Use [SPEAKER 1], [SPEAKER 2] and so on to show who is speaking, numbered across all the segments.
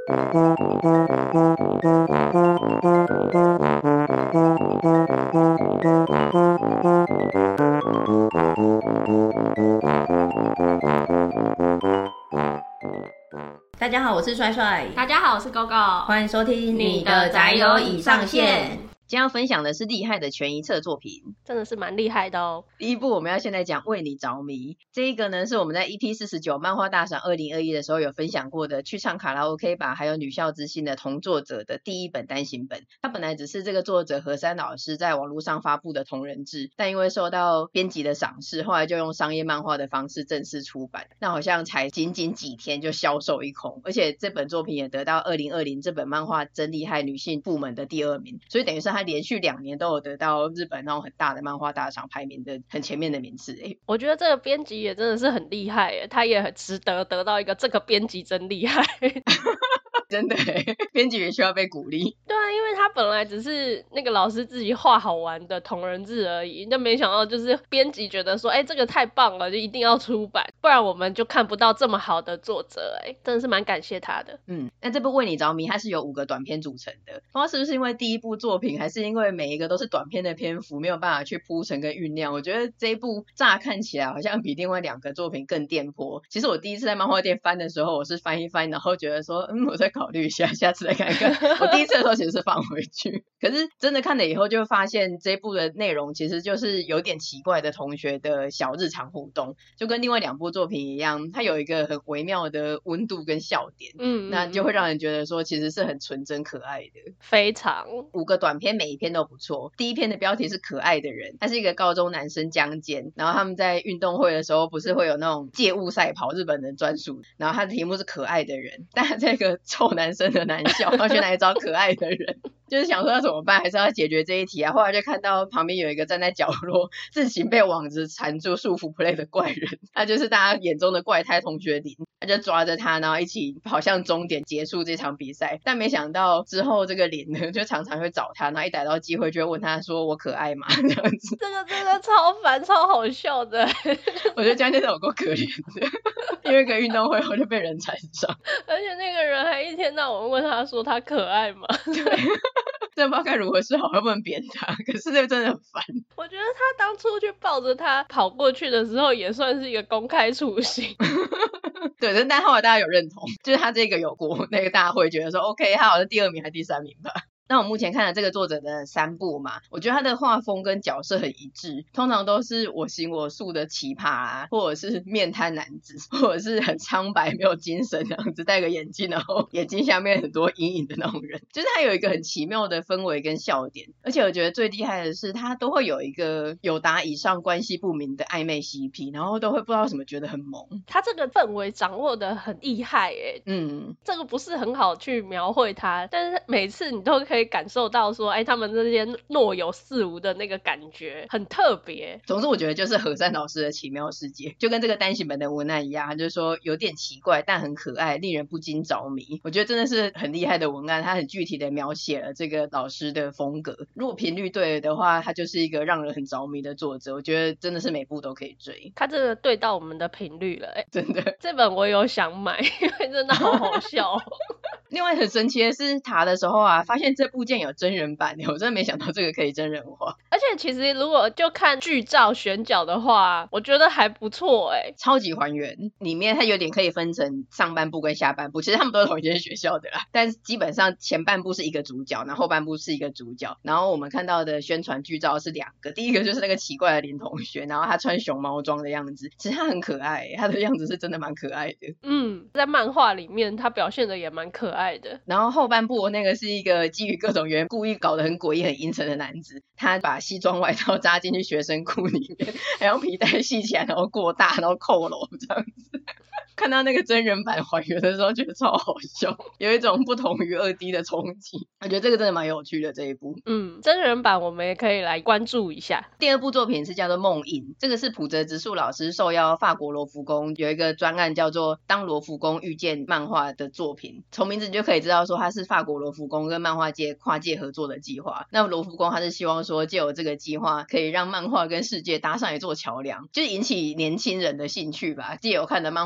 [SPEAKER 1] 大家好，我是帅帅。
[SPEAKER 2] 大家好，我是 GoGo。
[SPEAKER 1] 欢迎收听你的宅友已上线。
[SPEAKER 3] 今天要分享的是厉害的悬疑册作品，
[SPEAKER 2] 真的是蛮厉害的哦。
[SPEAKER 3] 第一部我们要现在讲为你着迷，这一个呢是我们在 EP49 漫画大赏2021的时候有分享过的去唱卡拉 OK 吧还有女校之星的同作者的第一本单行本。它本来只是这个作者和山老师在网络上发布的同人志，但因为受到编辑的赏识，后来就用商业漫画的方式正式出版，那好像才仅仅几天就销售一空，而且这本作品也得到2020这本漫画真厉害女性部门的第2名，所以等于是它连续2年都有得到日本那种很大的漫画大赏排名的很前面的名次。
[SPEAKER 2] 我觉得这个编辑也真的是很厉害耶，他也很值得得到一个这个编辑真厉害
[SPEAKER 3] 真的编辑也需要被鼓励。
[SPEAKER 2] 对啊，因为他本来只是那个老师自己画好玩的同人志而已，但没想到就是编辑觉得说这个太棒了，就一定要出版，不然我们就看不到这么好的作者。真的是蛮感谢他的。
[SPEAKER 3] 那这部为你着迷它是由5个短篇组成的，不知道是不是因为第一部作品还是因为每一个都是短篇的篇幅没有办法去铺陈跟酝酿，我觉得这一部乍看起来好像比另外2个作品更颠簸。其实我第一次在漫画店翻的时候，我是翻一翻然后觉得说我再考虑一下，下次再看看。我第一次的时候其实是放回去可是真的看了以后就发现这一部的内容其实就是有点奇怪的同学的小日常互动，就跟另外2部作品一样，它有一个很微妙的温度跟笑点。那就会让人觉得说其实是很纯真可爱的。
[SPEAKER 2] 非常
[SPEAKER 3] 5个短篇每一篇都不错。第一篇的标题是可爱的人，他是一个高中男生江健，然后他们在运动会的时候不是会有那种借物赛跑，日本人专属，然后他的题目是可爱的人，但他这个臭男生的男校要去哪里找可爱的人就是想说要怎么办，还是要解决这一题啊。后来就看到旁边有一个站在角落自行被网子缠住束缚 play 的怪人，他就是大家眼中的怪胎同学林，他就抓着他然后一起跑向终点结束这场比赛。但没想到之后这个林呢就常常会找他，然后一逮到机会就会问他说我可爱吗这样子。
[SPEAKER 2] 这个真的超烦超好笑的
[SPEAKER 3] 我觉得江健有够可怜的因为一个运动会后就被人缠上，
[SPEAKER 2] 而且那个人还一天到晚问他说他可爱吗
[SPEAKER 3] 对真的不知道该如何是好，又不能扁他，可是这个真的很烦。
[SPEAKER 2] 我觉得他当初去抱着他跑过去的时候也算是一个公开处刑
[SPEAKER 3] 对，但后来大家有认同，就是他这个有过那个大家会觉得说 OK 他好像第2名还第3名吧。那我目前看了这个作者的3部嘛，我觉得他的画风跟角色很一致，通常都是我行我素的奇葩啊，或者是面瘫男子，或者是很苍白没有精神这样子，戴个眼镜然后眼睛下面很多阴影的那种人，就是他有一个很奇妙的氛围跟笑点。而且我觉得最厉害的是他都会有一个有达以上关系不明的暧昧 CP， 然后都会不知道什么觉得很萌。
[SPEAKER 2] 他这个氛围掌握的很厉害这个不是很好去描绘他，但是每次你都可以感受到说他们这些若有似无的那个感觉很特别。
[SPEAKER 3] 总之我觉得就是和山老师的奇妙世界，就跟这个单行本的文案一样，就是说有点奇怪但很可爱，令人不禁着迷。我觉得真的是很厉害的文案，他很具体的描写了这个老师的风格，如果频率对了的话，他就是一个让人很着迷的作者。我觉得真的是每部都可以追，
[SPEAKER 2] 他真的对到我们的频率了
[SPEAKER 3] 真的。
[SPEAKER 2] 这本我有想买因为真的好好笑
[SPEAKER 3] 另外很神奇的是查的时候啊，发现这部竟有真人版，我真的没想到这个可以真人化。
[SPEAKER 2] 而且其实如果就看剧照选角的话，我觉得还不错
[SPEAKER 3] 超级还原。里面它有点可以分成上半部跟下半部，其实他们都是同一间学校的啦，但基本上前半部是一个主角，然后后半部是一个主角。然后我们看到的宣传剧照是2个，第一个就是那个奇怪的林同学，然后他穿熊猫装的样子，其实他很可爱，他的样子是真的蛮可爱的。
[SPEAKER 2] 在漫画里面他表现的也蛮可爱的。
[SPEAKER 3] 然后后半部那个是一个基于各种原因故意搞得很诡异很阴沉的男子，他把西装外套扎进去学生裤里面，还用皮带系起来，然后过大，然后扣楼这样子看到那个真人版还原的时候觉得超好笑，有一种不同于2D 的冲击。我觉得这个真的蛮有趣的这一部。
[SPEAKER 2] 真人版我们也可以来关注一下。
[SPEAKER 3] 第2部作品是叫做梦印，这个是浦泽直树老师受邀法国罗浮宫有一个专案叫做当罗浮宫遇见漫画的作品，从名字你就可以知道说它是法国罗浮宫跟漫画界跨界合作的计划。那罗浮宫它是希望说藉由这个计划可以让漫画跟世界搭上一座桥梁，就是引起年轻人的兴趣吧。藉由看了漫画之后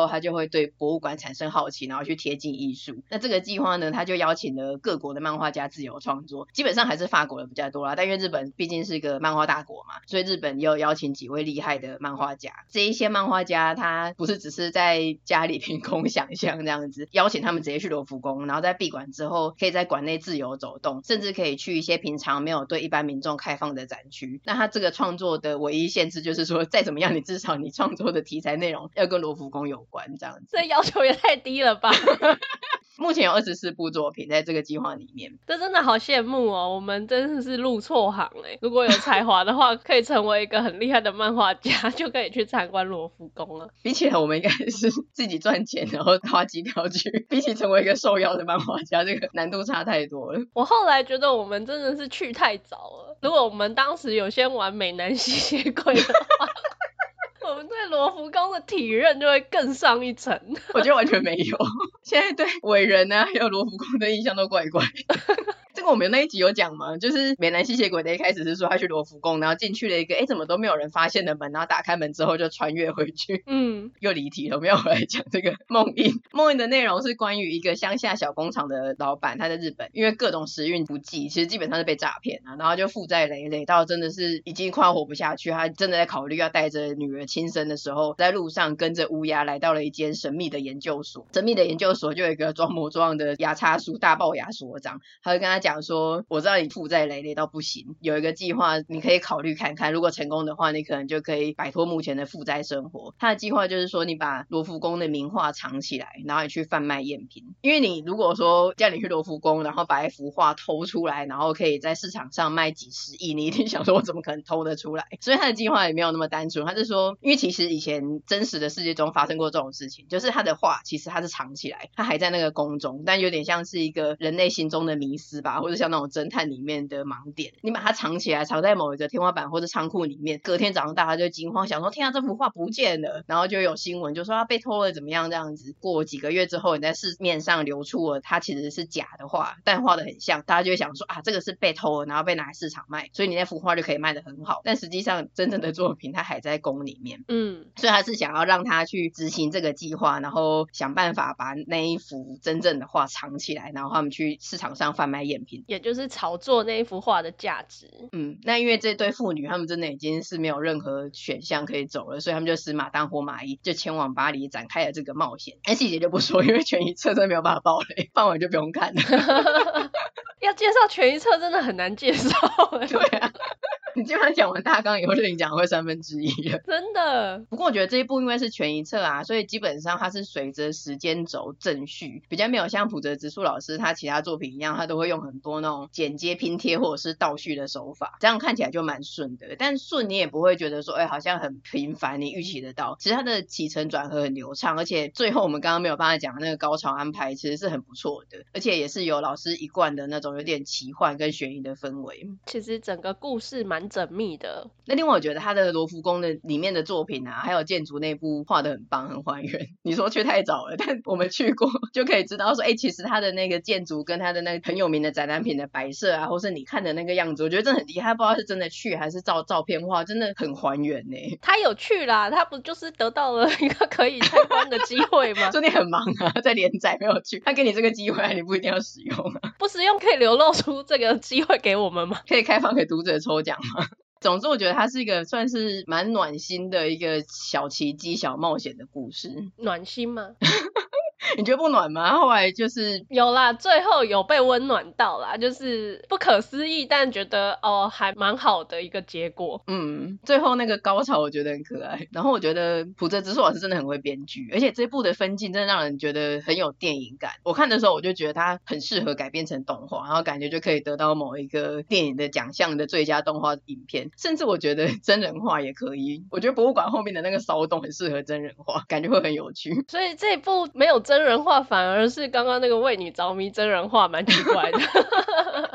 [SPEAKER 3] 后他就会对博物馆产生好奇，然后去贴近艺术。那这个计划呢，他就邀请了各国的漫画家自由创作，基本上还是法国的比较多啦，但因为日本毕竟是一个漫画大国嘛，所以日本也有邀请几位厉害的漫画家。这一些漫画家他不是只是在家里凭空想象这样子，邀请他们直接去罗浮宫，然后在闭馆之后可以在馆内自由走动，甚至可以去一些平常没有对一般民众开放的展区。那他这个创作的唯一限制就是说，再怎么样你至少你创作的题材内容要跟罗浮宫有关这样子。
[SPEAKER 2] 这要求也太低了吧
[SPEAKER 3] 目前有24部作品在这个计划里面，
[SPEAKER 2] 这真的好羡慕哦，我们真的是入错行耶。如果有才华的话可以成为一个很厉害的漫画家，就可以去参观罗浮宫了。
[SPEAKER 3] 比起来我们应该是自己赚钱然后花机票去，比起成为一个受邀的漫画家，这个难度差太多了。
[SPEAKER 2] 我后来觉得我们真的是去太早了，如果我们当时有先玩美男吸血鬼的话我们对罗浮宫的体认就会更上一层。
[SPEAKER 3] 我觉得完全没有，现在对伟人啊还有罗浮宫的印象都怪怪这个我们那一集有讲嘛，就是美男吸血鬼的一开始是说他去罗浮宫，然后进去了一个怎么都没有人发现的门，然后打开门之后就穿越回去。又离题了，我们要回来讲这个梦印。梦印的内容是关于一个乡下小工厂的老板，他在日本因为各种时运不济，其实基本上是被诈骗啊，然后就负债累累到真的是已经快要活不下去，他真的在考虑要带着女儿轻生的时候，在路上跟着乌鸦来到了一间神秘的研究所。神秘的研究所就有一个装模作样的牙叉叔大龅牙所长，他会跟他讲说，我知道你负债累累到不行，有一个计划你可以考虑看看，如果成功的话你可能就可以摆脱目前的负债生活。他的计划就是说，你把罗浮宫的名画藏起来，然后你去贩卖赝品。因为你如果说叫你去罗浮宫，然后把一幅画偷出来，然后可以在市场上卖几十亿，你一定想说我怎么可能偷得出来。所以他的计划也没有那么单纯，他是说因为其实以前真实的世界中发生过这种事情，就是他的画其实他是藏起来，他还在那个宫中，但有点像是一个人类心中的迷思吧，或者像那种侦探里面的盲点，你把它藏起来，藏在某一个天花板或者仓库里面，隔天早上大家就惊慌，想说天啊，这幅画不见了，然后就有新闻就说他被偷了怎么样这样子。过几个月之后，你在市面上流出了它其实是假的画，但画得很像，大家就会想说啊，这个是被偷了，然后被拿来市场卖，所以你那幅画就可以卖得很好。但实际上真正的作品它还在宫里面，所以他是想要让他去执行这个计划，然后想办法把那一幅真正的画藏起来，然后他们去市场上贩卖赝品，
[SPEAKER 2] 也就是炒作那一幅画的价值。
[SPEAKER 3] 那因为这对父女他们真的已经是没有任何选项可以走了，所以他们就死马当活马医，就前往巴黎展开了这个冒险。细节就不说，因为全一册真的没有办法爆雷，放完就不用看了
[SPEAKER 2] 要介绍全一册真的很难介绍
[SPEAKER 3] 对啊你基本上讲完大纲以后就已经讲会1/3了，
[SPEAKER 2] 真的。
[SPEAKER 3] 不过我觉得这一部因为是全一册啊，所以基本上它是随着时间轴正序，比较没有像浦泽直树老师他其他作品一样，他都会用很多那种剪接拼贴或者是倒叙的手法，这样看起来就蛮顺的。但顺你也不会觉得说好像很频繁，你预期得到，其实它的起承转合很流畅，而且最后我们刚刚没有办法讲的那个高潮安排其实是很不错的，而且也是有老师一贯的那种有点奇幻跟悬疑的氛围。
[SPEAKER 2] 其实整个故事蛮缜密的。
[SPEAKER 3] 那另外我觉得他的罗浮宫的里面的作品啊，还有建筑内部画得很棒很还原。你说去太早了，但我们去过就可以知道说其实他的那个建筑跟他的那个很有名的展览品的摆设啊，或是你看的那个样子，我觉得真的很厉害，不知道是真的去还是照片画，真的很还原欸。
[SPEAKER 2] 他有去啦，他不就是得到了一个可以参观的机会吗？
[SPEAKER 3] 说你很忙啊，在连载没有去，他给你这个机会你不一定要使用啊。
[SPEAKER 2] 不使用可以流露出这个机会给我们吗？
[SPEAKER 3] 可以开放给读者抽奖吗？总之我觉得它是一个算是蛮暖心的一个小奇迹小冒险的故事。
[SPEAKER 2] 暖心吗？
[SPEAKER 3] 你觉得不暖吗？后来就是
[SPEAKER 2] 有啦，最后有被温暖到啦，就是不可思议但觉得还蛮好的一个结果。
[SPEAKER 3] 最后那个高潮我觉得很可爱。然后我觉得浦泽直树老师真的很会编剧，而且这部的分镜真的让人觉得很有电影感。我看的时候我就觉得它很适合改编成动画，然后感觉就可以得到某一个电影的奖项的最佳动画影片，甚至我觉得真人化也可以。我觉得博物馆后面的那个骚动很适合真人化，感觉会很有趣。
[SPEAKER 2] 所以这一部没有真人化，反而是刚刚那个为你着迷真人化蛮奇怪的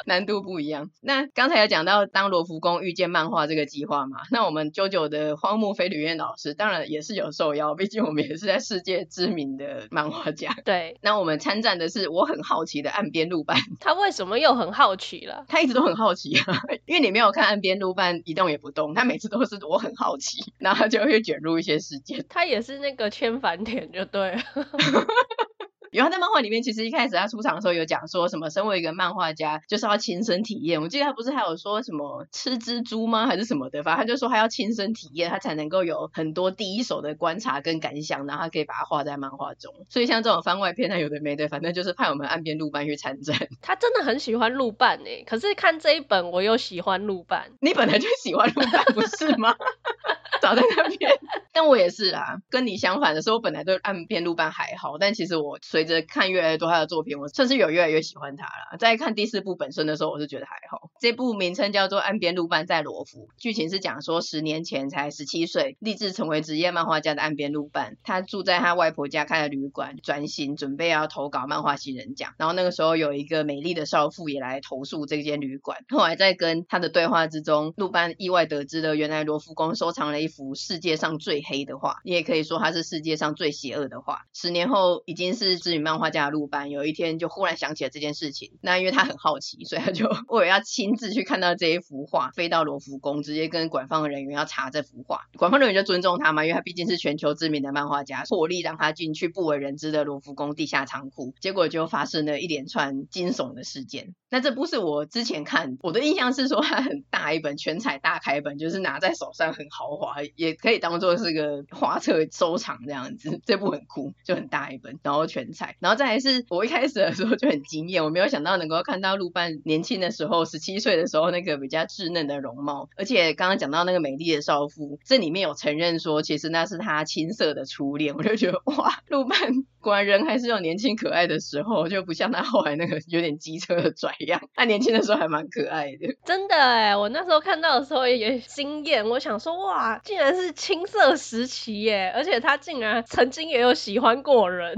[SPEAKER 3] 难度不一样。那刚才有讲到当罗浮宫遇见漫画这个计划嘛，那我们JoJo的荒木飞吕彦老师当然也是有受邀，毕竟我们也是在世界知名的漫画家。
[SPEAKER 2] 对，
[SPEAKER 3] 那我们参战的是我很好奇的岸边露伴。
[SPEAKER 2] 他为什么又很好奇了？
[SPEAKER 3] 他一直都很好奇啊，因为你没有看岸边露伴一动也不动，他每次都是我很好奇，然后他就会卷入一些事件。
[SPEAKER 2] 他也是那个千反田就对了。
[SPEAKER 3] 有他在漫画里面，其实一开始他出场的时候有讲说什么，身为一个漫画家就是要亲身体验。我记得他不是还有说什么吃蜘蛛吗，还是什么的，反正他就说他要亲身体验，他才能够有很多第一手的观察跟感想，然后他可以把它画在漫画中。所以像这种番外篇，他有的没的，反正就是派我们岸边露伴去参战。
[SPEAKER 2] 他真的很喜欢露伴耶，可是看这一本我又喜欢露伴。
[SPEAKER 3] 你本来就喜欢露伴不是吗？早在那边。但我也是啦，跟你相反的是，我本来对岸边露伴还好，但其实我随着看越来越多他的作品，我甚至有越来越喜欢他啦。在看第4部本身的时候，我是觉得还好。这部名称叫做《岸边露伴在罗浮》，剧情是讲说10年前才17岁，立志成为职业漫画家的岸边露伴，他住在他外婆家开的旅馆，专心准备要投稿漫画新人奖。然后那个时候有一个美丽的少妇也来投诉这间旅馆，后来在跟他的对话之中，露伴意外得知了原来罗浮宫收藏了一幅世界上最黑的画，你也可以说它是世界上最邪恶的画。10年后已经是知名漫画家的露伴，有一天就忽然想起了这件事情。那因为他很好奇，所以他就为了要亲自去看到这一幅画，飞到罗浮宫，直接跟管放人员要查这幅画。管放人员就尊重他嘛，因为他毕竟是全球知名的漫画家，破例让他进去不为人知的罗浮宫地下仓库。结果就发生了一连串惊悚的事件。那这部是我之前看，我的印象是说它很大一本，全彩大开本，就是拿在手上很豪华，也可以当做是个画册收藏这样子。这部很酷，就很大一本，然后全彩。然后再来是我一开始的时候就很惊艳，我没有想到能够看到露伴年轻的时候17岁的时候那个比较稚嫩的容貌，而且刚刚讲到那个美丽的少妇，这里面有承认说其实那是他青涩的初恋。我就觉得哇，露伴果然人还是有年轻可爱的时候，就不像他后来那个有点机车的拽样，他年轻的时候还蛮可爱的。
[SPEAKER 2] 真的耶，我那时候看到的时候也惊艳，我想说哇，竟然是青涩时期耶，而且他竟然曾经也有喜欢过人。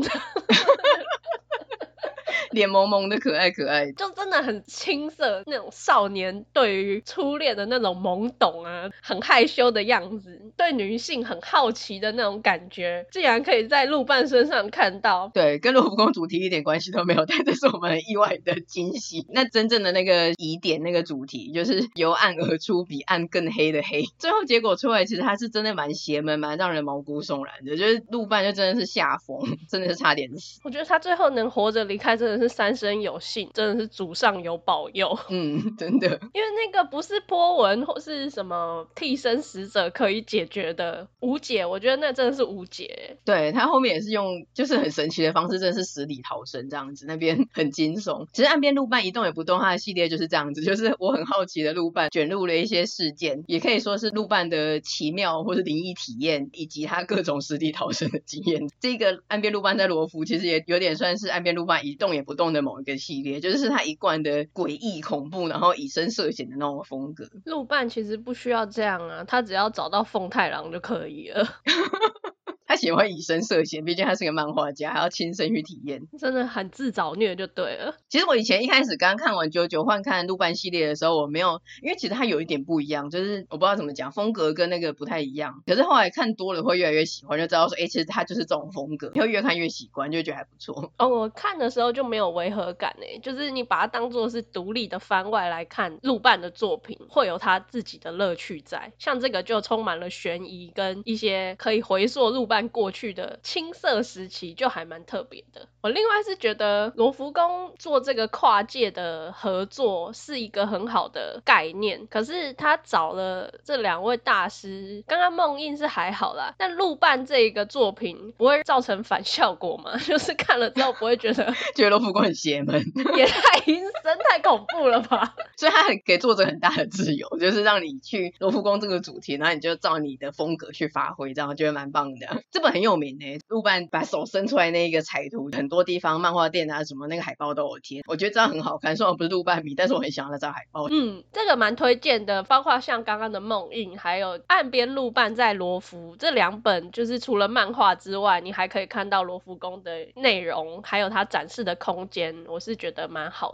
[SPEAKER 3] 脸萌萌的可爱可爱，
[SPEAKER 2] 就真的很青涩，那种少年对于初恋的那种懵懂啊，很害羞的样子，对女性很好奇的那种感觉，竟然可以在露伴身上看到。
[SPEAKER 3] 对，跟罗浮宫主题一点关系都没有，但这是我们很意外的惊喜。那真正的那个疑点，那个主题就是由暗而出，比暗更黑的黑。最后结果出来，其实它是真的蛮邪门，蛮让人毛骨悚然的。就是露伴就真的是吓疯，真的是差点死。
[SPEAKER 2] 我觉得他最后能活着离开，真的是三生有幸，真的是祖上有保佑。
[SPEAKER 3] 真的，
[SPEAKER 2] 因为那个不是波纹或是什么替身使者可以解决的无解，我觉得那真的是无解。
[SPEAKER 3] 对，他后面也是用就是很神奇的方式，真的是死里逃生这样子，那边很惊悚。其实岸边露伴一动也不动，他的系列就是这样子，就是我很好奇的露伴卷入了一些事件，也可以说是露伴的奇妙或是灵异体验，以及他各种死里逃生的经验。这个岸边露伴在罗浮其实也有点算是岸边露伴一动也不动的某一个系列，就是他一贯的诡异恐怖，然后以身涉险的那种风格。
[SPEAKER 2] 露伴其实不需要这样啊，他只要找到凤太郎就可以了。
[SPEAKER 3] 他喜欢以身涉险，毕竟他是个漫画家，还要亲身去体验，
[SPEAKER 2] 真的很自找虐就对了。
[SPEAKER 3] 其实我以前一开始刚看完JoJo换看露伴系列的时候，我没有，因为其实它有一点不一样，就是我不知道怎么讲，风格跟那个不太一样。可是后来看多了会越来越喜欢，就知道说其实它就是这种风格，会越看越习惯，就觉得还不错。
[SPEAKER 2] 我看的时候就没有违和感就是你把它当作是独立的番外来看露伴的作品，会有他自己的乐趣在。像这个就充满了悬疑跟一些可以回溯露伴过去的青涩时期，就还蛮特别的。我另外是觉得罗浮宫做这个跨界的合作是一个很好的概念，可是他找了这2位大师，刚刚梦印是还好啦，但露伴这一个作品不会造成反效果吗？就是看了之后不会觉得
[SPEAKER 3] 觉得罗浮宫很邪门，
[SPEAKER 2] 也太阴森太恐怖了吧。
[SPEAKER 3] 所以他很给作者很大的自由，就是让你去罗浮宫这个主题，然后你就照你的风格去发挥，这样我觉得蛮棒的。这本很有名露伴把手伸出来那一个彩图，很多地方漫画店啊什么那个海报都有贴，我觉得这样很好看。虽然我不是露伴迷，但是我很喜欢那张海报。
[SPEAKER 2] 这个蛮推荐的，包括像刚刚的梦印还有岸边露伴在罗浮这2本，就是除了漫画之外，你还可以看到罗浮宫的内容还有它展示的空间，我是觉得蛮好的。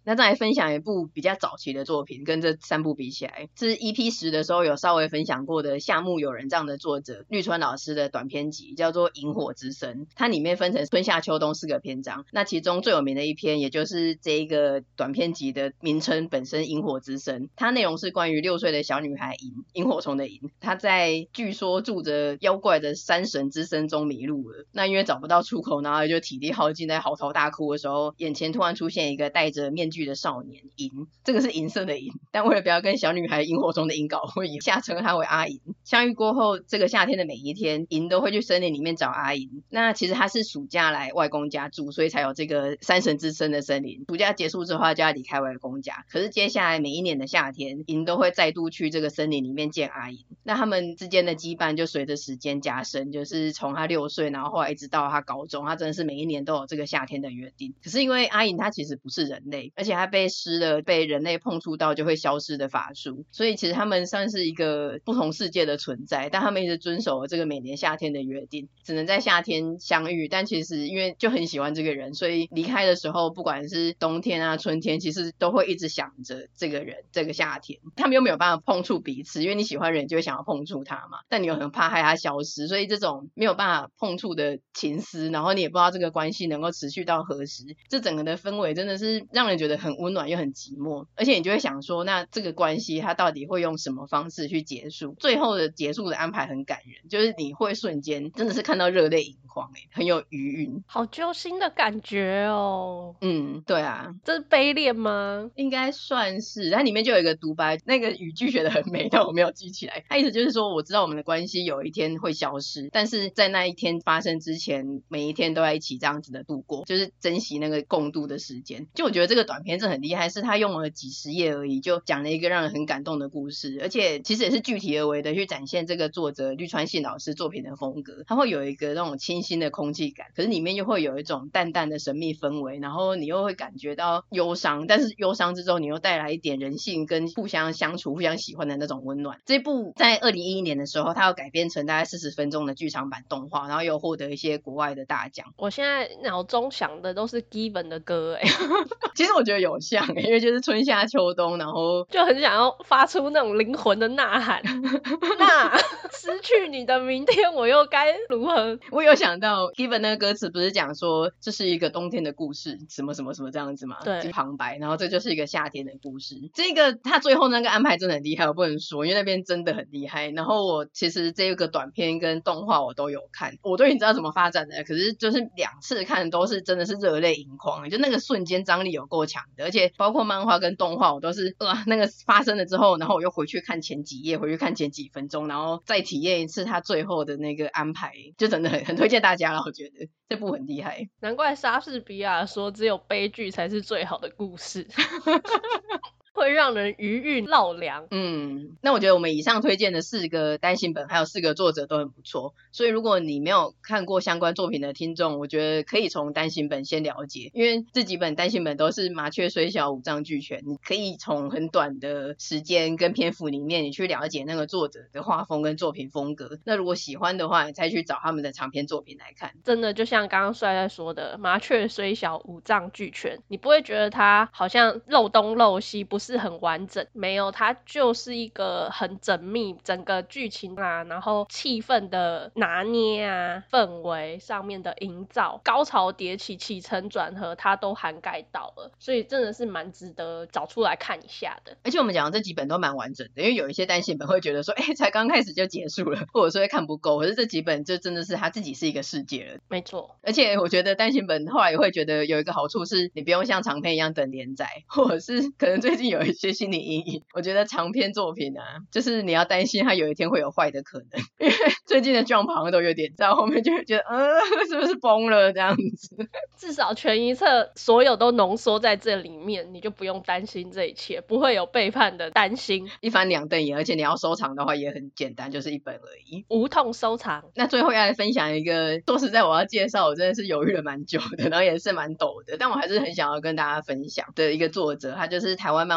[SPEAKER 3] 那再来分享一部比较早期的作品，跟这3部比起来，是 EP10 的时候有稍微分享过的夏目友人帐的作者绿川老师的短篇集，叫做萤火之森。它里面分成春夏秋冬4个篇章，那其中最有名的一篇也就是这一个短篇集的名称本身萤火之森，它内容是关于6岁的小女孩萤火虫的萤，她在据说住着妖怪的山神之森中迷路了，那因为找不到出口，然后就体力耗尽，在嚎啕大哭的时候，眼前突然出现一个戴着面具的少年萤，这个是银色的萤，但为了不要跟小女孩萤火虫的萤搞混，下称她为阿萤。相遇过后，这个夏天的每一天，萤都会去森林里面找阿萤。那其实她是暑假来外公家住，所以才有这个山神之森的森林。暑假结束之后，她就要离开外公家，可是接下来每一年的夏天，萤都会再度去这个森林里面见阿萤。那他们之间的羁绊就随着时间加深，就是从她6岁，然后后来一直到她高中，她真的是每一年都有这个夏天的约定。可是因为阿萤她其实不是人类，而且她被施了被人类碰触到就会消失的法术，所以其实他们算是一个不同世界的存在，但他们一直遵守了这个每年夏天的约定，只能在夏天相遇。但其实因为就很喜欢这个人，所以离开的时候不管是冬天啊春天，其实都会一直想着这个人，这个夏天。他们又没有办法碰触彼此，因为你喜欢人就会想要碰触他嘛，但你又很怕害他消失，所以这种没有办法碰触的情思，然后你也不知道这个关系能够持续到何时，这整个的氛围真的是让人觉得很温暖又很寂寞。而且你就会想说，那这个关系它到底会用什么方式去结束？最后的结束的安排很感人，就是你会瞬间真的是看到热泪盈眶，很有余韵，
[SPEAKER 2] 好揪心的感觉哦。
[SPEAKER 3] 对啊，
[SPEAKER 2] 这是悲恋吗？
[SPEAKER 3] 应该算是。它里面就有一个独白，那个语句写得很美，但我没有记起来。它意思就是说，我知道我们的关系有一天会消失，但是在那一天发生之前，每一天都在一起这样子的度过，就是珍惜那个共度的时间。就我觉得这个短片是很厉害，是他用了几十页而已，就讲了一个让人很感动的故事，而且其实也是具体而为的去展现这个作者绿川信老师作品的风格。他会有一个那种清新的空气感，可是里面又会有一种淡淡的神秘氛围，然后你又会感觉到忧伤，但是忧伤之中你又带来一点人性跟互相相处互相喜欢的那种温暖。这部在2011年的时候，它有改编成大概40分钟的剧场版动画，然后又获得一些国外的大奖。
[SPEAKER 2] 我现在脑中想的都是 Given 的歌
[SPEAKER 3] 其实我觉得有像因为就是春夏秋冬，然后
[SPEAKER 2] 就很想要发出那种灵魂的呐喊那失去你的明天我又该如何。
[SPEAKER 3] 我有想到 Given 那个歌词不是讲说这是一个冬天的故事什么什么什么这样子吗？
[SPEAKER 2] 对，
[SPEAKER 3] 旁白，然后这就是一个夏天的故事。这个他最后那个安排真的很厉害，我不能说，因为那边真的很厉害。然后我其实这个短片跟动画我都有看，我都已经知道怎么发展的，可是就是2次看都是真的是热泪盈眶，就那个瞬间张力有够强的，而且包括漫画跟动画我都是那个发生了之后，然后我又回去看前几页，回去看前几分钟，然后再体验一次他最后的那个安排，就真的很推荐大家了。我觉得这部很厉害，
[SPEAKER 2] 难怪莎士比亚说只有悲剧才是最好的故事会让人余韵绕梁。
[SPEAKER 3] 那我觉得我们以上推荐的4个单行本还有4个作者都很不错，所以如果你没有看过相关作品的听众，我觉得可以从单行本先了解，因为这几本单行本都是麻雀虽小五脏俱全，你可以从很短的时间跟篇幅里面你去了解那个作者的画风跟作品风格，那如果喜欢的话你再去找他们的长篇作品来看。
[SPEAKER 2] 真的就像刚刚帅在说的，麻雀虽小五脏俱全，你不会觉得它好像漏东漏西不是很完整，没有，它就是一个很缜密，整个剧情啊，然后气氛的拿捏啊，氛围上面的营造，高潮迭起，起承转合它都涵盖到了，所以真的是蛮值得找出来看一下的。
[SPEAKER 3] 而且我们讲的这几本都蛮完整的，因为有一些单行本会觉得说才刚开始就结束了，或者说会看不够，可是这几本就真的是它自己是一个世界了。
[SPEAKER 2] 没错，
[SPEAKER 3] 而且我觉得单行本后来也会觉得有一个好处是你不用像长篇一样等连载，或者是可能最近有一些心理阴影，我觉得长篇作品啊，就是你要担心它有一天会有坏的可能，因为最近的 Jump 好像都有点到后面就会觉得是不是崩了这样子。
[SPEAKER 2] 至少全一册所有都浓缩在这里面，你就不用担心这一切，不会有背叛的担心，
[SPEAKER 3] 一翻两瞪眼，而且你要收藏的话也很简单，就是1本而已，
[SPEAKER 2] 无痛收藏。
[SPEAKER 3] 那最后要来分享一个，说实在我要介绍我真的是犹豫了蛮久的，然后也是蛮抖的，但我还是很想要跟大家分享的一个作者，他就是台湾漫画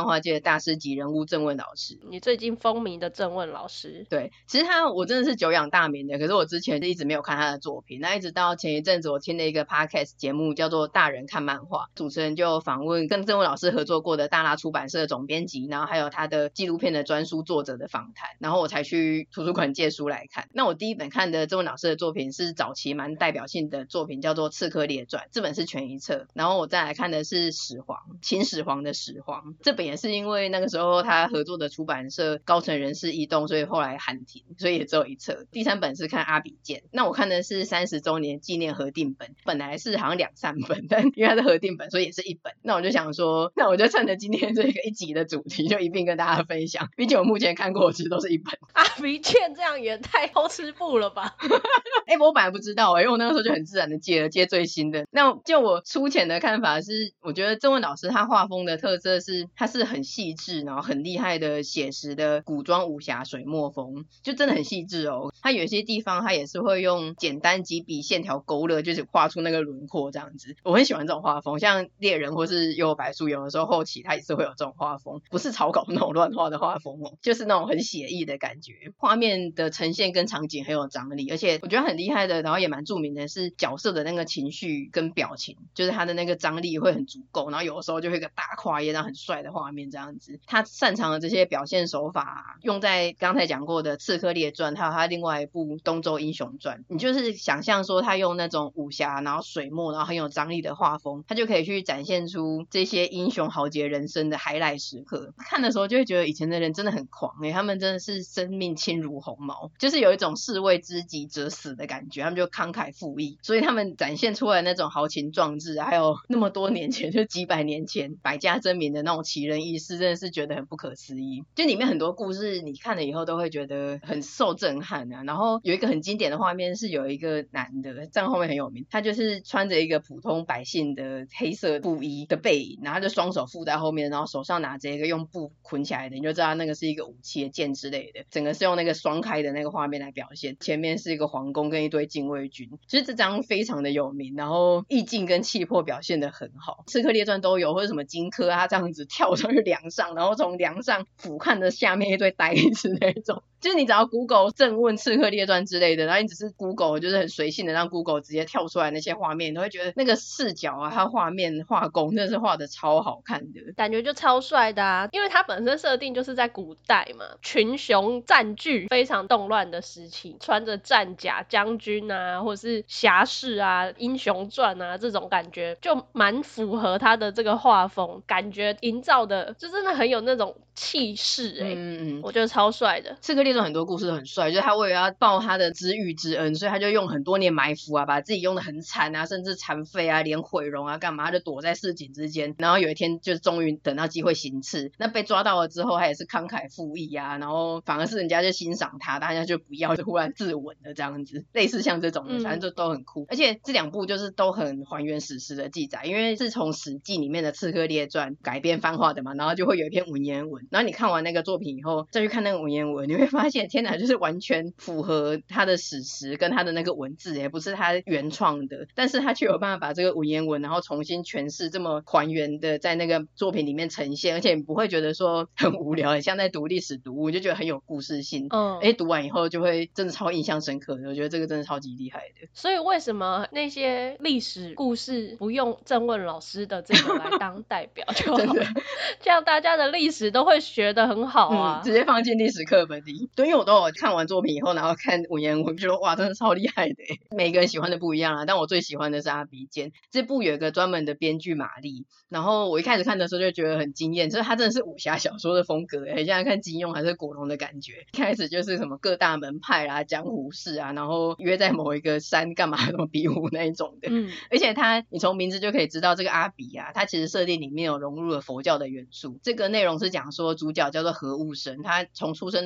[SPEAKER 3] 画界的大师级人物郑问老师。
[SPEAKER 2] 你最近风靡的郑问老师。
[SPEAKER 3] 对，其实我真的是久仰大名的，可是我之前一直没有看他的作品，那一直到前一阵子我听了一个 podcast 节目叫做大人看漫画，主持人就访问跟郑问老师合作过的大拉出版社的总编辑，然后还有他的纪录片的专书作者的访谈，然后我才去图书馆借书来看。那我第一本看的郑问老师的作品是早期蛮代表性的作品，叫做《刺客列传》，这本是全一册，然后我再来看的是始皇，秦始皇的始皇，这本也是因为那个时候他合作的出版社高层人事异动，所以后来喊停，所以也只有一册。第三本是看阿比剑，那我看的是30周年纪念合订本，本来是好像2-3本，但因为它是合订本，所以也是一本。那我就想说，那我就趁着今天这个一集的主题，就一并跟大家分享。毕竟我目前看过，其实都是一本。
[SPEAKER 2] 阿比剑这样也太偷吃步了吧？
[SPEAKER 3] 我本来不知道因为我那个时候就很自然的接最新的。那就我粗浅的看法是，我觉得郑问老师他画风的特色是，他是很细致，然后很厉害的写实的古装武侠水墨风，就真的很细致哦。他有些地方他也是会用简单几笔线条勾勒，就是画出那个轮廓这样子。我很喜欢这种画风，像猎人或是幽游白书，有的时候后期他也是会有这种画风，不是草稿那种乱画的画风就是那种很写意的感觉。画面的呈现跟场景很有张力，而且我觉得很厉害的，然后也蛮著名的是角色的那个情绪跟表情，就是他的那个张力会很足够，然后有的时候就会一个大跨页，然后很帅的画面这样子。他擅长的这些表现手法用在刚才讲过的《刺客列传》，还有他另外一部《东周英雄传》，你就是想象说他用那种武侠然后水墨然后很有张力的画风，他就可以去展现出这些英雄豪杰人生的highlight时刻。看的时候就会觉得以前的人真的很狂他们真的是生命轻如鸿毛，就是有一种士为知己者死的感觉，他们就慷慨赴义，所以他们展现出来那种豪情壮志，还有那么多年前就几百年前百家争鸣的那种奇人异事，真的是觉得很不可思议。就里面很多故事你看了以后都会觉得很受震撼然后有一个很经典的画面是有一个男的站后面很有名，他就是穿着一个普通百姓的黑色布衣的背影，然后他就双手附在后面，然后手上拿着一个用布捆起来的，你就知道那个是一个武器的剑之类的，整个是用那个双开的那个画面来表现。前面是一个皇宫跟一堆禁卫军，其实这张非常的有名，然后意境跟气魄表现得很好。刺客列传都有，或者什么荆轲他这样子跳上去梁上，然后从梁上俯瞰着下面一堆呆子那种，就是你只要 Google 郑问刺客列传之类的，然后你只是 Google 就是很随性的让 Google 直接跳出来那些画面，你都会觉得那个视角它画面画工真的是画得超好看的，
[SPEAKER 2] 感觉就超帅的因为它本身设定就是在古代嘛，群雄占据非常动乱的时期，穿着战甲将军或是侠士英雄传这种感觉就蛮符合他的这个画风，感觉营造的就真的很有那种气势我觉得超帅的。
[SPEAKER 3] 刺客列传很多故事都很帅，就是他为了要报他的知遇之恩，所以他就用很多年埋伏把自己用得很惨甚至残废连毁容干嘛，他就躲在市井之间，然后有一天就终于等到机会行刺，那被抓到了之后他也是慷慨赴义然后反而是人家就欣赏他，大家就不要，就忽然自刎了这样子，类似像这种的反正就都很酷。而且这两部就是都很还原史实的记载，因为是从史记里面的刺客列传改编翻画的嘛，然后就会有一篇文言文，然后你看完那个作品以后再去看那个文言文，你会发现天哪，就是完全符合他的史实跟他的那个文字也不是他原创的，但是他却有办法把这个文言文然后重新诠释这么还原的在那个作品里面呈现，而且你不会觉得说很无聊，很像在读历史读物，就觉得很有故事性读完以后就会真的超印象深刻的，我觉得这个真的超级厉害的。
[SPEAKER 2] 所以为什么那些历史故事不用郑问老师的这个来当代表就好了这样大家的历史都会学得很好
[SPEAKER 3] 直接放进历史课本里。对，因为我都有看完作品以后然后看文言文，觉得哇真的超厉害的每个人喜欢的不一样但我最喜欢的是阿比剑。这部有一个专门的编剧玛丽，然后我一开始看的时候就觉得很惊艳，就是他真的是武侠小说的风格很像看金庸还是古龙的感觉。一开始就是什么各大门派江湖事然后约在某一个山干嘛什么比武那一种的而且你从名字就可以知道这个阿比他其实设定里面有融入了佛教的元素。这个内容是讲说主角叫做何悟生，他从出生的时候就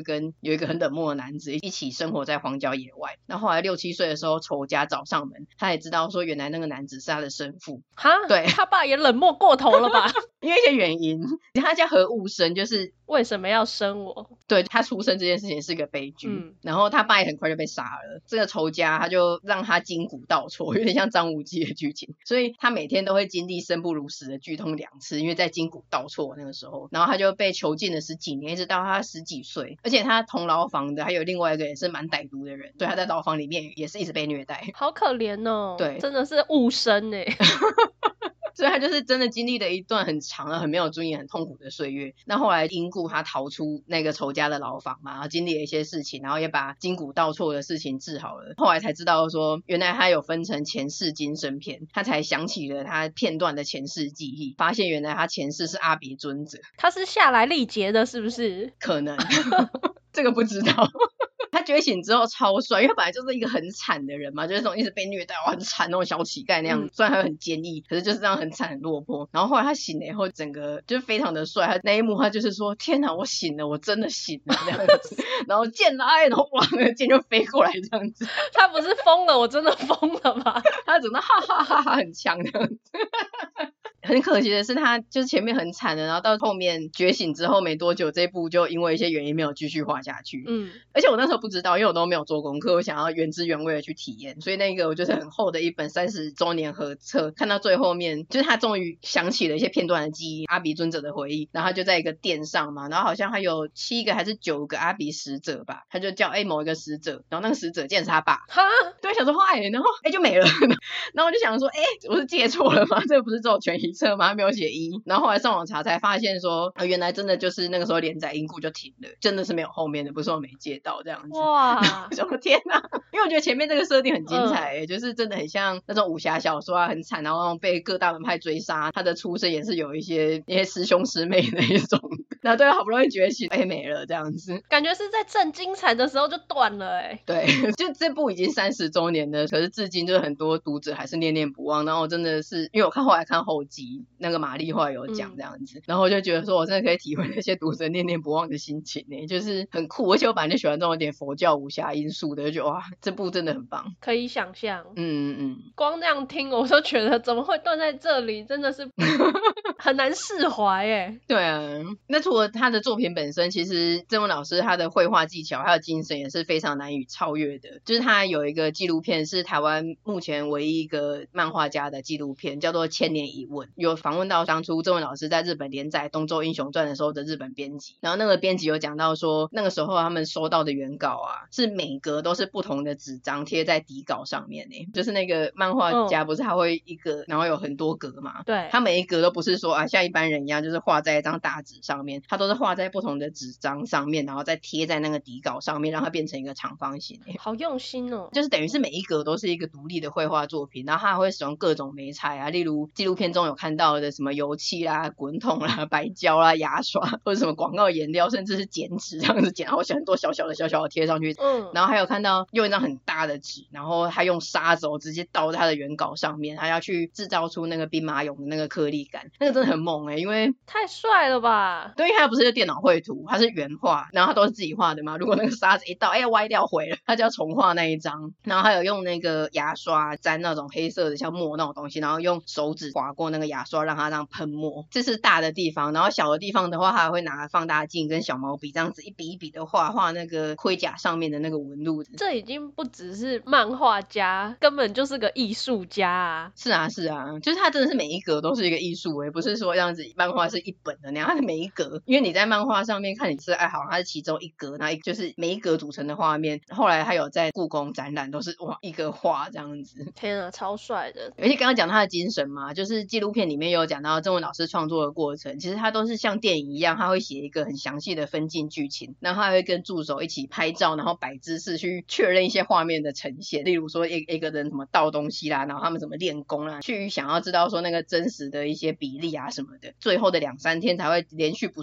[SPEAKER 3] 跟有一个很冷漠的男子一起生活在荒郊野外。那后来6、7岁的时候，仇家找上门，他也知道说原来那个男子是他的生父。
[SPEAKER 2] 哈，
[SPEAKER 3] 对，
[SPEAKER 2] 他爸也冷漠过头了吧？
[SPEAKER 3] 因为一些原因，他叫何物生，就是
[SPEAKER 2] 为什么要生我？
[SPEAKER 3] 对，他出生这件事情是一个悲剧，然后他爸也很快就被杀了。这个仇家他就让他筋骨倒错，有点像张无忌的剧情，所以他每天都会经历生不如死的剧痛2次，因为在筋骨倒错那个时候，然后他就被囚禁了10几年，一直到他10几岁。而且他同牢房的还有另外一个也是蛮歹毒的人，所以他在牢房里面也是一直被虐待。
[SPEAKER 2] 好可怜哦，
[SPEAKER 3] 对，
[SPEAKER 2] 真的是物生耶
[SPEAKER 3] 所以他就是真的经历了一段很长的很没有尊严很痛苦的岁月。那后来因故他逃出那个仇家的牢房嘛，然后经历了一些事情，然后也把筋骨倒错的事情治好了。后来才知道说原来他有分成前世今生篇，他才想起了他片段的前世记忆，发现原来他前世是阿鼻尊者。
[SPEAKER 2] 他是下来历劫的是不是？
[SPEAKER 3] 可能这个不知道他觉醒之后超帅，因为他本来就是一个很惨的人嘛，就是那种一直被虐待很惨那种小乞丐那样，虽然他很坚毅，可是就是这样很惨很落魄。然后后来他醒了以后整个就是非常的帅，他那一幕他就是说天哪我醒了，我真的醒了这样子然后剑来，然后哇那个剑就飞过来这样子
[SPEAKER 2] 他不是疯了，我真的疯了吧
[SPEAKER 3] 他整个哈哈哈哈很强这样子很可惜的是他就是前面很惨的，然后到后面觉醒之后没多久，这一部就因为一些原因没有继续画下去。而且我那时候不知道，因为我都没有做功课，我想要原汁原味的去体验，所以那个我就是很厚的一本30周年合册，看到最后面就是他终于想起了一些片段的记忆，阿鼻尊者的回忆，然后他就在一个殿上嘛，然后好像还有7个还是9个阿鼻使者吧，他就叫某一个使者，然后那个使者竟然是他爸。
[SPEAKER 2] 哈，
[SPEAKER 3] 对，想说然后就没了然后我就想说我是借错了吗？这个不是只有全一册吗？他没有写1。然后后来上网查才发现说原来真的就是那个时候连载因故就停了，真的是没有后面的，不是我没借到这样子。
[SPEAKER 2] 哇
[SPEAKER 3] 我天哪，因为我觉得前面这个设定很精彩就是真的很像那种武侠小说啊，很惨，然后被各大门派追杀，他的出身也是有一些师兄师妹的一种然后对，好不容易觉醒没了这样子，
[SPEAKER 2] 感觉是在正精彩的时候就断了
[SPEAKER 3] 对，就这部已经30周年了，可是至今就是很多读者还是念念不忘。然后我真的是因为我后来看后集，那个玛丽后来有讲这样子，然后我就觉得说我真的可以体会那些读者念念不忘的心情就是很酷。而且我本来就喜欢这种有点佛教武侠因素的，就觉得哇这部真的很棒，
[SPEAKER 2] 可以想象。
[SPEAKER 3] 光
[SPEAKER 2] 这样听我都觉得怎么会断在这里，真的是很难释怀
[SPEAKER 3] 对啊，那除了他的作品本身，其实郑文老师他的绘画技巧还有精神也是非常难以超越的。就是他有一个纪录片是台湾目前唯一一个漫画家的纪录片，叫做《千年一问》，有访问到当初郑文老师在日本连载《东周英雄传》的时候的日本编辑，然后那个编辑有讲到说那个时候他们收到的原稿啊是每格都是不同的纸张贴在底稿上面就是那个漫画家不是他会一个然后有很多格嘛，
[SPEAKER 2] 对，
[SPEAKER 3] 他每一格都不是说像一般人一样就是画在一张大纸上面，他都是画在不同的纸张上面，然后再贴在那个底稿上面，让它变成一个长方形
[SPEAKER 2] 好用心
[SPEAKER 3] 就是等于是每一格都是一个独立的绘画作品，然后他还会使用各种媒材啊，例如纪录片中有看到的什么油漆啦、滚筒啦、白胶啦、牙刷或者什么广告颜料，甚至是剪纸这样子剪，然后很多小小的贴上去然后还有看到用一张很大的纸，然后他用砂轴直接倒在他的原稿上面，他要去制造出那个兵马俑的那个颗粒感，那个真的很猛因为
[SPEAKER 2] 太帅了吧。
[SPEAKER 3] 对，因为他不是电脑绘图，他是原画，然后他都是自己画的嘛，如果那个沙子一倒歪掉毁了，他就要重画那一张。然后还有用那个牙刷沾那种黑色的像墨那种东西，然后用手指划过那个牙刷让它这样喷墨，这是大的地方。然后小的地方的话他还会拿放大镜跟小毛笔这样子一笔一笔的画那个盔甲上面的那个纹路。
[SPEAKER 2] 这已经不只是漫画家，根本就是个艺术家啊。
[SPEAKER 3] 是啊就是他真的是每一格都是一个艺术不是说这样子漫画是一本的那样，他的每一格因为你在漫画上面看你是好像它是其中一格，然后就是每一格组成的画面，后来他有在故宫展览都是一个画这样子。
[SPEAKER 2] 天啊超帅的。
[SPEAKER 3] 而且刚刚讲他的精神嘛，就是纪录片里面有讲到郑文老师创作的过程，其实他都是像电影一样，他会写一个很详细的分镜剧情，然后他会跟助手一起拍照，然后摆姿势去确认一些画面的呈现，例如说一个人怎么倒东西啦，然后他们怎么练功啦，去想要知道说那个真实的一些比例啊什么的，最后的2-3天才会连续不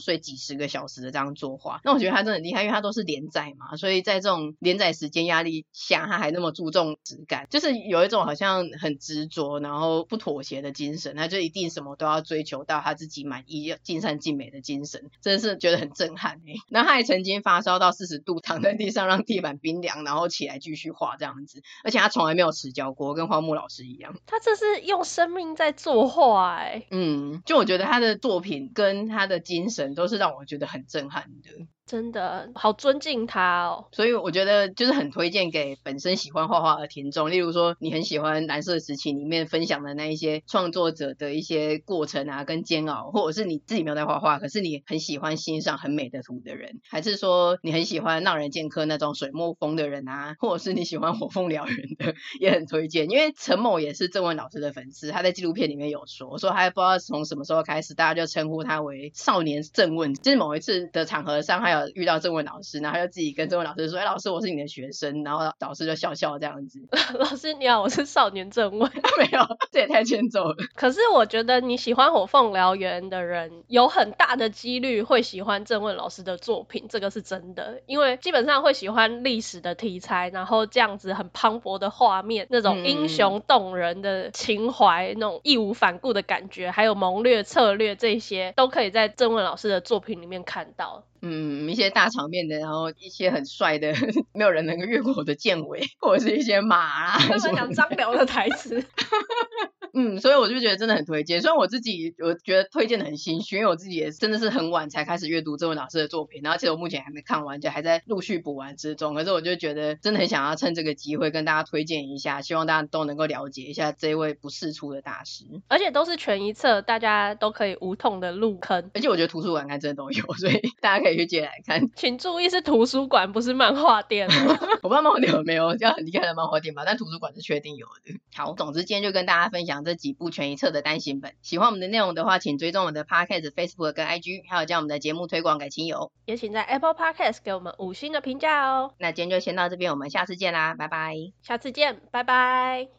[SPEAKER 3] 睡几10个小时的这样作画。那我觉得他真的很厉害，因为他都是连载嘛，所以在这种连载时间压力下，他还那么注重质感，就是有一种好像很执着然后不妥协的精神，他就一定什么都要追求到他自己满意尽善尽美的精神，真的是觉得很震撼然后他还曾经发烧到40度躺在地上让地板冰凉，然后起来继续画这样子，而且他从来没有迟交过，跟花木老师一样。
[SPEAKER 2] 他这是用生命在作画
[SPEAKER 3] 就我觉得他的作品跟他的精神都是让我觉得很震撼的，
[SPEAKER 2] 真的好尊敬他哦。
[SPEAKER 3] 所以我觉得就是很推荐给本身喜欢画画的听众，例如说你很喜欢蓝色时期里面分享的那一些创作者的一些过程啊跟煎熬，或者是你自己没有在画画可是你很喜欢欣赏很美的图的人，还是说你很喜欢浪人剑客那种水墨风的人啊，或者是你喜欢火凤燎原的也很推荐。因为陈某也是郑问老师的粉丝，他在纪录片里面有说他不知道从什么时候开始大家就称呼他为少年郑问，就是某一次的场合上他有遇到郑问老师，然后他就自己跟郑问老师说老师我是你的学生，然后老师就笑笑这样子
[SPEAKER 2] 老师你好，我是少年郑问
[SPEAKER 3] 没有，这也太欠揍了。
[SPEAKER 2] 可是我觉得你喜欢火凤燎原的人有很大的几率会喜欢郑问老师的作品，这个是真的，因为基本上会喜欢历史的题材，然后这样子很磅礴的画面，那种英雄动人的情怀，那种义无反顾的感觉，还有谋略策略，这些都可以在郑问老师的作品里面看到。
[SPEAKER 3] 一些大场面的，然后一些很帅的没有人能够越过的剑尾，或者是一些马啊
[SPEAKER 2] 他们讲张辽的台词
[SPEAKER 3] 所以我就觉得真的很推荐。虽然我觉得推荐的很心虚，因为我自己也真的是很晚才开始阅读郑问老师的作品，然后其实我目前还没看完，就还在陆续补完之中，可是我就觉得真的很想要趁这个机会跟大家推荐一下，希望大家都能够了解一下这一位不世出的大师，
[SPEAKER 2] 而且都是全一册，大家都可以无痛的入坑，
[SPEAKER 3] 而且我觉得图书馆应该真的都有，所以大家可以去借来看。
[SPEAKER 2] 请注意是图书馆不是漫画店
[SPEAKER 3] 我不知道漫画店有没有，这样很厉害的漫画店吧，但图书馆是确定有的。好，总之今天就跟大家分享这几部全一册的单行本，喜欢我们的内容的话请追踪我们的 Podcast、Facebook 跟 IG， 还有将我们的节目推广给亲友，
[SPEAKER 2] 也请在 Apple Podcast 给我们5星的评价哦。
[SPEAKER 3] 那今天就先到这边，我们下次见啦，拜拜。
[SPEAKER 2] 下次见，拜拜。